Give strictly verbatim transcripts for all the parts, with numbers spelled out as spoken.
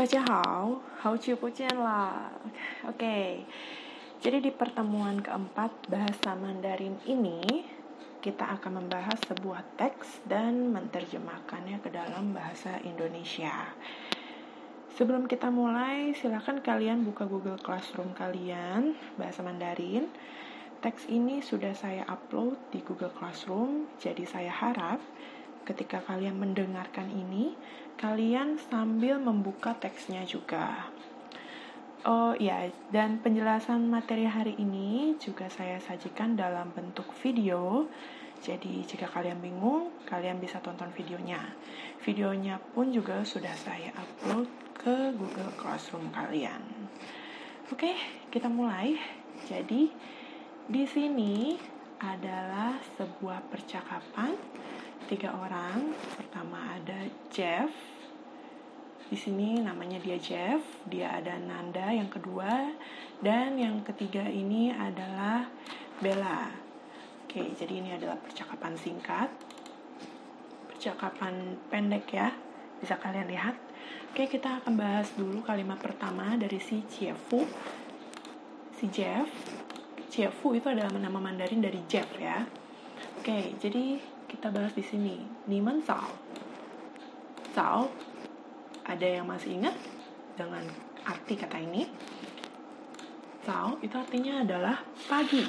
大家好，好久不见啦. Oke, jadi di pertemuan keempat bahasa Mandarin ini, kita akan membahas sebuah teks dan menerjemahkannya ke dalam bahasa Indonesia. Sebelum kita mulai, silakan kalian buka Google Classroom kalian, bahasa Mandarin. Teks ini sudah saya upload di Google Classroom, jadi saya harap ketika kalian mendengarkan ini, kalian sambil membuka teksnya juga. Oh ya, dan penjelasan materi hari ini juga saya sajikan dalam bentuk video. Jadi jika kalian bingung, kalian bisa tonton videonya. Videonya pun juga sudah saya upload ke Google Classroom kalian. Oke, kita mulai. Jadi di sini adalah sebuah percakapan tiga orang. Pertama ada Jeff. Di sini namanya dia Jeff. Dia ada Nanda yang kedua, dan yang ketiga ini adalah Bella. Oke, jadi ini adalah percakapan singkat, percakapan pendek ya. Bisa kalian lihat. Oke, kita akan bahas dulu kalimat pertama dari si Jiefu. Si Jeff. Jiefu itu adalah nama Mandarin dari Jeff ya. Oke, jadi kita bahas di sini. Nimen Zao. Zao. Ada yang masih ingat dengan arti kata ini? Zao itu artinya adalah pagi.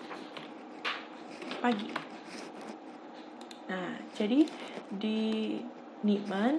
Pagi. Nah, jadi di Nimen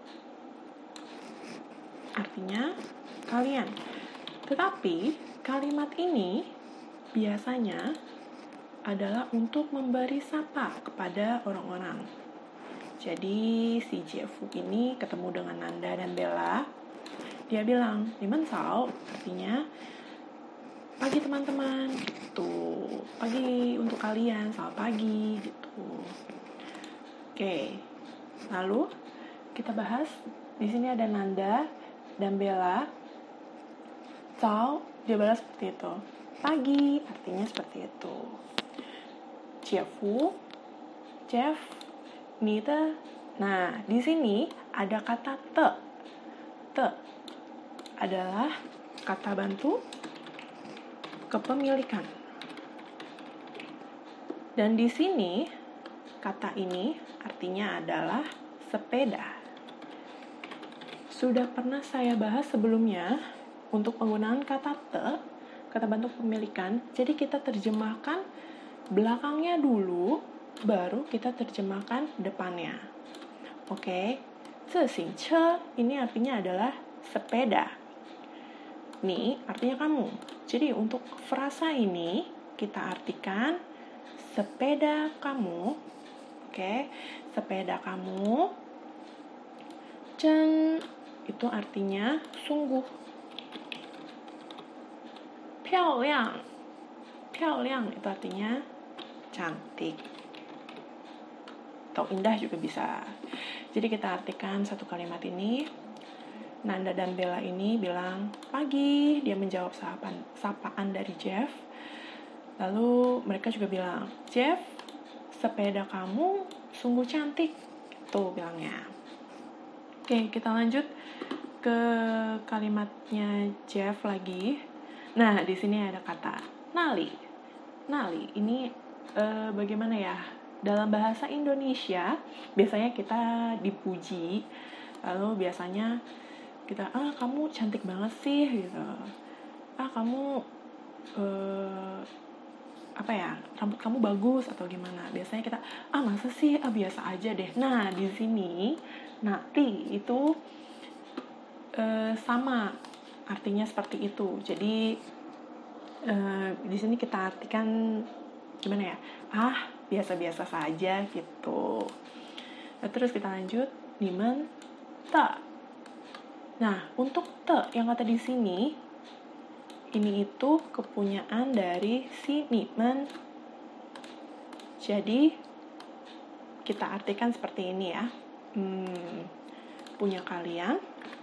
artinya kalian. Tetapi kalimat ini biasanya adalah untuk memberi sapa kepada orang-orang. Jadi si Jiefu ini ketemu dengan Nanda dan Bella. Dia bilang, "Nimen Sao," artinya pagi teman-teman gitu. Pagi untuk kalian, selamat pagi gitu. Oke. Lalu kita bahas di sini ada Nanda dan Bella. Sao, dia balas seperti itu. Pagi artinya seperti itu. Jiefu, Jeff, Nita. Nah, di sini ada kata te. Te adalah kata bantu kepemilikan. Dan di sini kata ini artinya adalah sepeda. Sudah pernah saya bahas sebelumnya untuk penggunaan kata te, kata bantu kepemilikan. Jadi kita terjemahkan belakangnya dulu, baru kita terjemahkan depannya. Oke, zexingce ini artinya adalah sepeda. Ni artinya kamu. Jadi untuk frasa ini kita artikan sepeda kamu. Oke, sepeda kamu. Zhen itu artinya sungguh. Piaoliang. Piaoliang itu artinya cantik. Atau indah juga bisa. Jadi kita artikan satu kalimat ini. Nanda dan Bella ini bilang pagi. Dia menjawab sapaan, sapaan dari Jeff. Lalu mereka juga bilang, Jeff, sepeda kamu sungguh cantik. Itu bilangnya. Oke, kita lanjut ke kalimatnya Jeff lagi. Nah, di sini ada kata nali. Nali ini eh, bagaimana ya? Dalam bahasa Indonesia biasanya kita dipuji, lalu biasanya kita ah kamu cantik banget sih gitu, ah kamu eh, apa ya rambut kamu bagus atau gimana. Biasanya kita ah masa sih ah biasa aja deh. Nah di sini nati itu eh, sama artinya seperti itu. Jadi eh, di sini kita artikan gimana ya? Ah, biasa-biasa saja gitu. Nah, terus kita lanjut, nimen te. Nah, untuk te yang kata di sini, ini itu kepunyaan dari si nimen. Jadi kita artikan seperti ini ya. Hmm, punya kalian.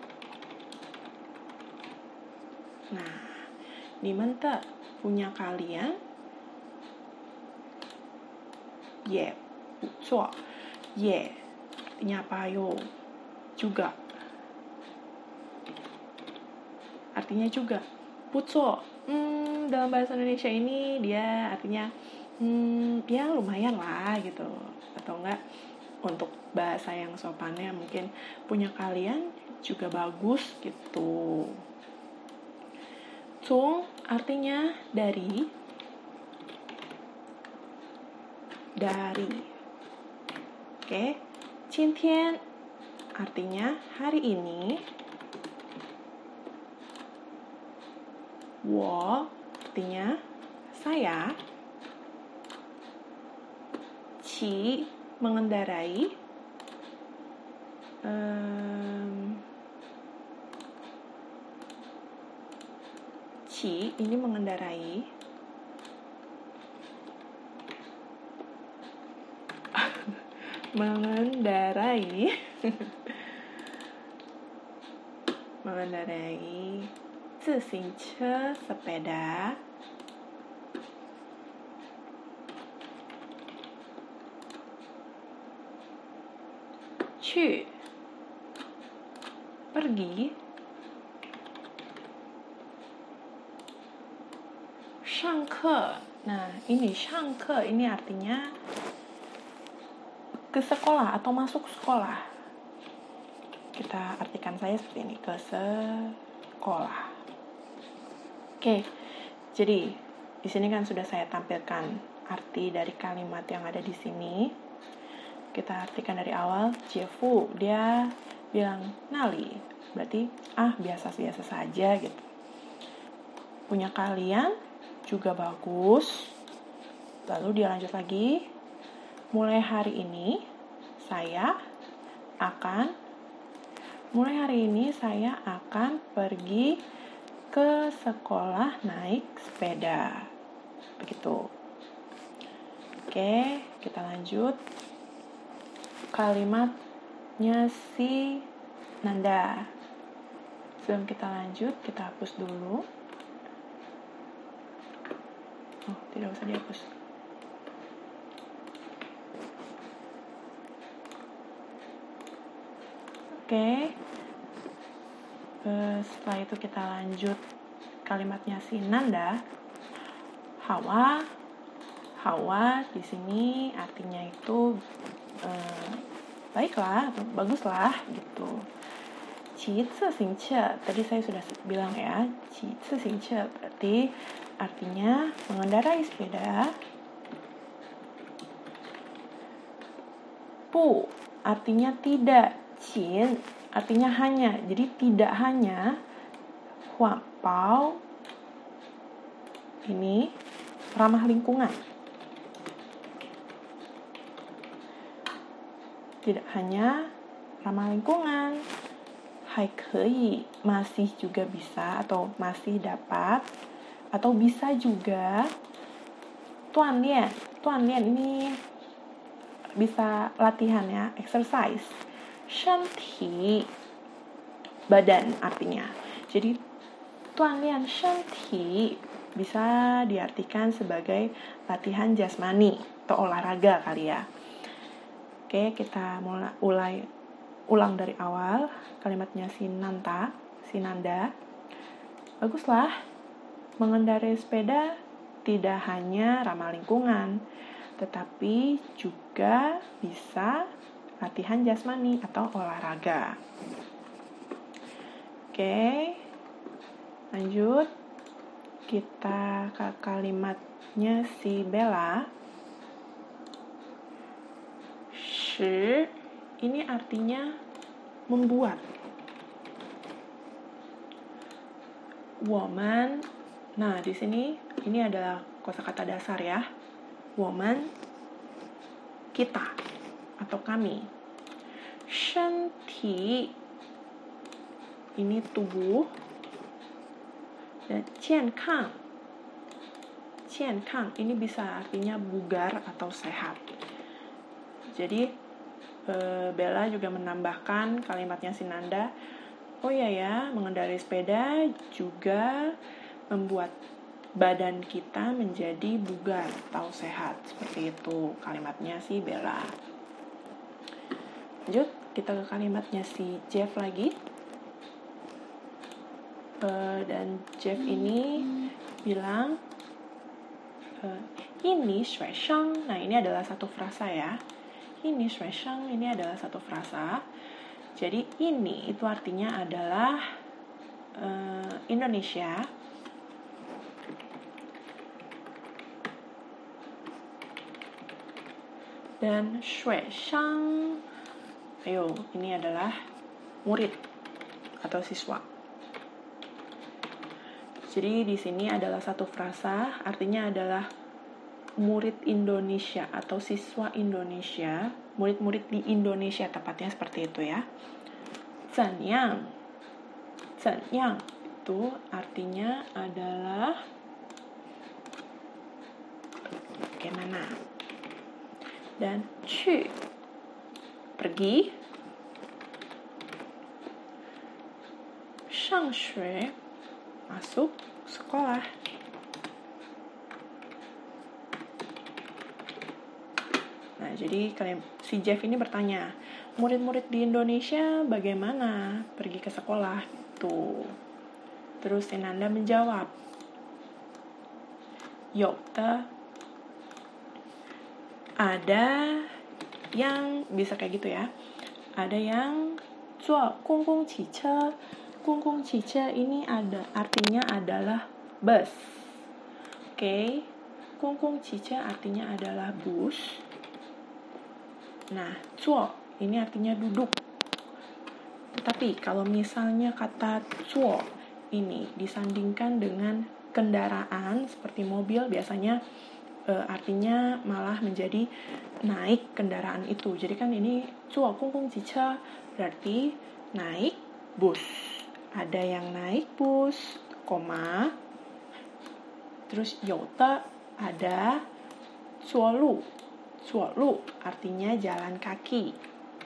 Nah, nimen te punya kalian. Ye, so, ye, artinya apa yo? Juga. artinya juga puco. Hmm, dalam bahasa Indonesia ini dia artinya hmm, ya lumayan lah gitu. Atau enggak untuk bahasa yang sopannya mungkin punya kalian juga bagus gitu. Tung artinya dari, dari. Oke, Qintian artinya hari ini. Wo artinya saya. Qi mengendarai. Um, Qi ini mengendarai. mengendarai. mengendarai zixingce sepeda. Qu pergi. Shangke. Nah, ini shangke ini artinya ke sekolah atau masuk sekolah. Kita artikan saya seperti ini, ke sekolah. Oke. Jadi, di sini kan sudah saya tampilkan arti dari kalimat yang ada di sini. Kita artikan dari awal. Jiefu, dia bilang nali, berarti ah biasa-biasa saja gitu. Punya kalian juga bagus. Lalu dia lanjut lagi. Mulai hari ini saya akan mulai hari ini saya akan pergi ke sekolah naik sepeda. Begitu. Oke, kita lanjut. Kalimatnya si Nanda. Sebelum kita lanjut, kita hapus dulu. Oh, tidak usah dihapus. Oke. Uh, setelah itu kita lanjut kalimatnya si Nanda. Hawa. Hawa di sini artinya itu uh, baiklah, baguslah gitu. Qi ci xing ce. Tadi saya sudah bilang ya, qi ci xing ce berarti artinya mengendarai sepeda. Pu artinya tidak. Qin artinya hanya. Jadi tidak hanya. Huan bao ini ramah lingkungan. Tidak hanya ramah lingkungan. Hai kei masih juga bisa atau masih dapat atau bisa juga tuan lian. Tuan lian ini bisa latihan ya, exercise. Shanti badan artinya. Jadi tuan lian shanti bisa diartikan sebagai latihan jasmani atau olahraga kali ya. Oke, kita mulai ulai ulang dari awal kalimatnya si Nanta, si Nanda. Baguslah, mengendarai sepeda tidak hanya ramah lingkungan, tetapi juga bisa latihan jasmani atau olahraga. Oke, lanjut. Kita ke kalimatnya si Bella. Shi ini artinya membuat. Woman. Nah, di sini ini adalah kosakata dasar ya. Woman kita atau kami. Shanti ini tubuh. Dan qiankang. Qiankang ini bisa artinya bugar atau sehat. Jadi e, Bella juga menambahkan kalimatnya si Nanda. Oh iya ya, mengendarai sepeda juga membuat badan kita menjadi bugar atau sehat. Seperti itu kalimatnya si Bella. Lanjut, kita ke kalimatnya si Jeff lagi. uh, dan Jeff ini bilang uh, ini 学生. Nah, ini adalah satu frasa ya. Ini 学生, ini adalah satu frasa. Jadi ini itu artinya adalah uh, Indonesia. Dan 学生, ayo, ini adalah murid atau siswa. Jadi di sini adalah satu frasa, artinya adalah murid Indonesia atau siswa Indonesia, murid-murid di Indonesia tepatnya seperti itu ya. 怎样, 怎样itu artinya adalah bagaimana. Dan 去 pergi, 上学 masuk sekolah. Nah, jadi kalian, si Jeff ini bertanya, murid-murid di Indonesia bagaimana pergi ke sekolah? Tuh. Terus si Nanda menjawab, 有的, ada yang bisa kayak gitu ya. Ada yang 坐公共汽车. 公共汽车 ini ada artinya adalah bus. Oke. Okay. 公共汽车 artinya adalah bus. Nah, 坐 ini artinya duduk. Tetapi kalau misalnya kata 坐 ini disandingkan dengan kendaraan seperti mobil, biasanya e, artinya malah menjadi naik kendaraan itu. Jadi kan ini 坐公共汽车 berarti naik bus. Ada yang naik bus, koma. Terus 有的 ada 坐路. 坐路 artinya jalan kaki.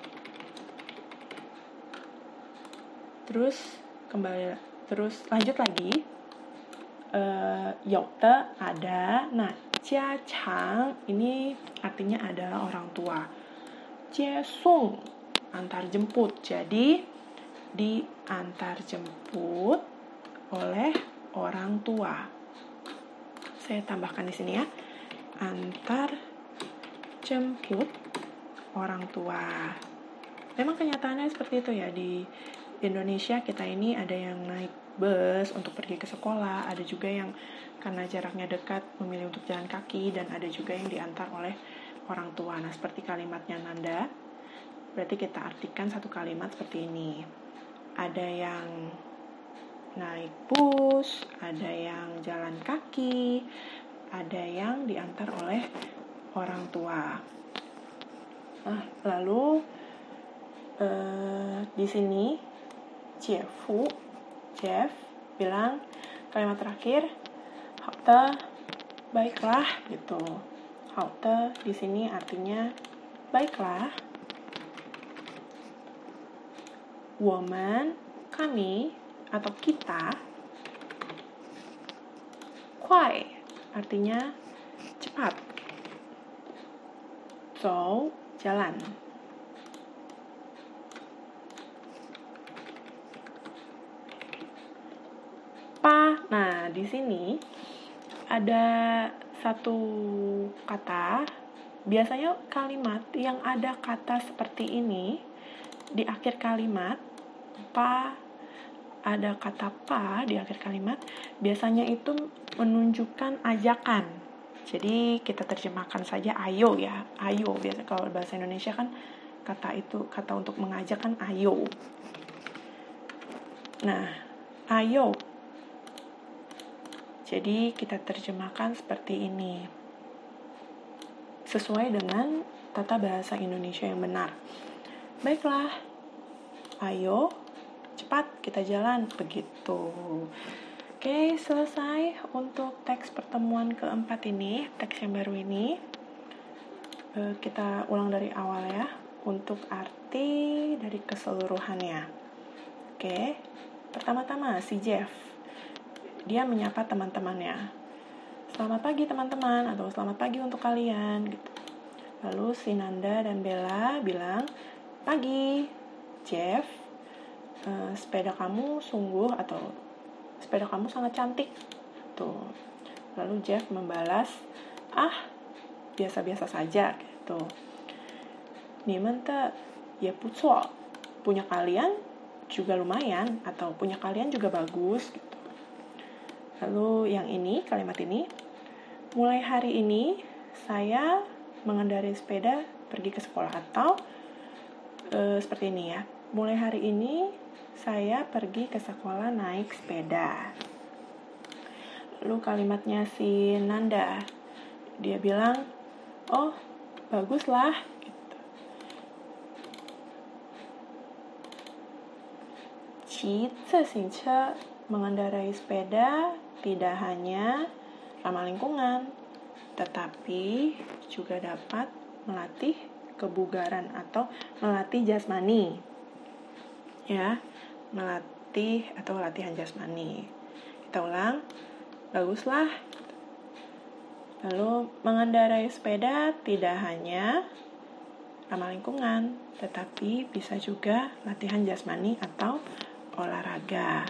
Terus kembali, terus lanjut lagi. Uh, 有的 ada. Nah, 家长 ini artinya adalah orang tua. 接送 antar jemput. Jadi diantar jemput oleh orang tua. Saya tambahkan di sini ya. Antar jemput orang tua. Memang kenyataannya seperti itu ya. Di Indonesia kita ini ada yang naik bus untuk pergi ke sekolah, ada juga yang karena jaraknya dekat memilih untuk jalan kaki, dan ada juga yang diantar oleh orang tua. Nah, seperti kalimatnya Nanda, berarti kita artikan satu kalimat seperti ini. Ada yang naik bus, ada yang jalan kaki, ada yang diantar oleh orang tua. Nah, lalu eh, di sini Jeffu, Jeff bilang kalimat terakhir, 好的, baiklah gitu. 好的 di sini artinya baiklah. 我们 kami atau kita. 快 artinya cepat. 走 jalan. Pa, nah di sini ada satu kata. Biasanya kalimat yang ada kata seperti ini di akhir kalimat, pa, ada kata pa di akhir kalimat, biasanya itu menunjukkan ajakan. Jadi kita terjemahkan saja ayo ya, ayo. Biasa kalau bahasa Indonesia kan kata itu, kata untuk mengajak kan ayo. Nah, ayo. Jadi kita terjemahkan seperti ini, sesuai dengan tata bahasa Indonesia yang benar. Baiklah, ayo, cepat kita jalan, begitu. Oke, selesai untuk teks pertemuan keempat ini, teks yang baru ini. E, kita ulang dari awal ya, untuk arti dari keseluruhannya. Oke, pertama-tama si Jeff, dia menyapa teman-temannya. Selamat pagi teman-teman, atau selamat pagi untuk kalian, gitu. Lalu si Nanda dan Bella bilang, pagi, Jeff, uh, sepeda kamu sungguh atau sepeda kamu sangat cantik. Tuh. Lalu Jeff membalas, ah, biasa-biasa saja gitu. 你们的也不错, punya kalian juga lumayan, atau punya kalian juga bagus gitu. Lalu yang ini, kalimat ini, mulai hari ini saya mengendarai sepeda pergi ke sekolah, atau e, seperti ini ya. Mulai hari ini saya pergi ke sekolah naik sepeda. Lalu kalimatnya si Nanda, dia bilang, oh baguslah gitu. 骑自行车, mengendarai sepeda tidak hanya ramah lingkungan, tetapi juga dapat melatih kebugaran atau melatih jasmani. Ya, melatih atau latihan jasmani. Kita ulang, baguslah. Lalu mengendarai sepeda tidak hanya ramah lingkungan, tetapi bisa juga latihan jasmani atau olahraga.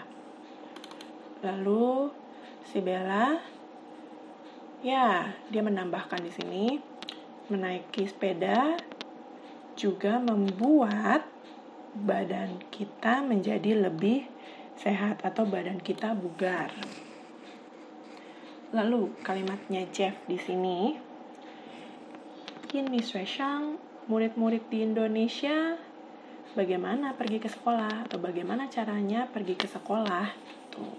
Lalu si Bella, ya, dia menambahkan di sini, menaiki sepeda juga membuat badan kita menjadi lebih sehat atau badan kita bugar. Lalu kalimatnya Jeff di sini, in Misreshang, murid-murid di Indonesia bagaimana pergi ke sekolah atau bagaimana caranya pergi ke sekolah. Tuh.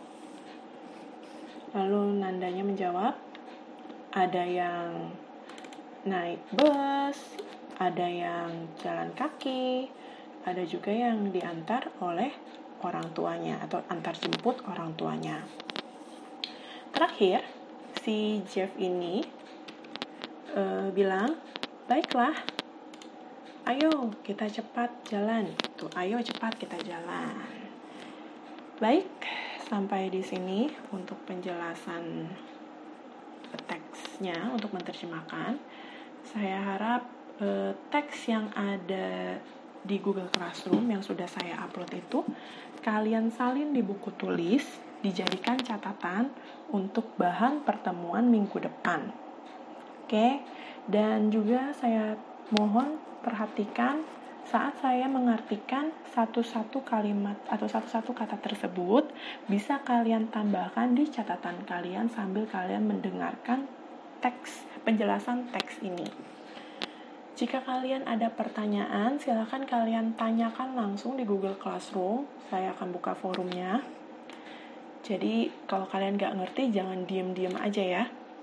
Lalu Nandanya menjawab, ada yang naik bus, ada yang jalan kaki, ada juga yang diantar oleh orang tuanya atau antar jemput orang tuanya. Terakhir, si Jeff ini uh, bilang, baiklah, ayo kita cepat jalan. Tuh, ayo cepat kita jalan. Baik, sampai di sini untuk penjelasan teksnya, untuk menerjemahkan. Saya harap eh, teks yang ada di Google Classroom yang sudah saya upload itu, kalian salin di buku tulis, dijadikan catatan untuk bahan pertemuan minggu depan. Oke, dan juga saya mohon perhatikan saat saya mengartikan satu-satu kalimat atau satu-satu kata tersebut, bisa kalian tambahkan di catatan kalian sambil kalian mendengarkan teks, penjelasan teks ini. Jika kalian ada pertanyaan, silakan kalian tanyakan langsung di Google Classroom. Saya akan buka forumnya. Jadi kalau kalian nggak ngerti, jangan diem-diem aja ya.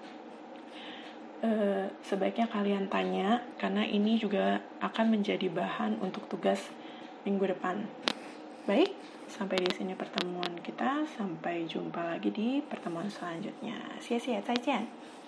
Uh, sebaiknya kalian tanya, karena ini juga akan menjadi bahan untuk tugas minggu depan. Baik, sampai di sini pertemuan kita. Sampai jumpa lagi di pertemuan selanjutnya. 谢谢，再见。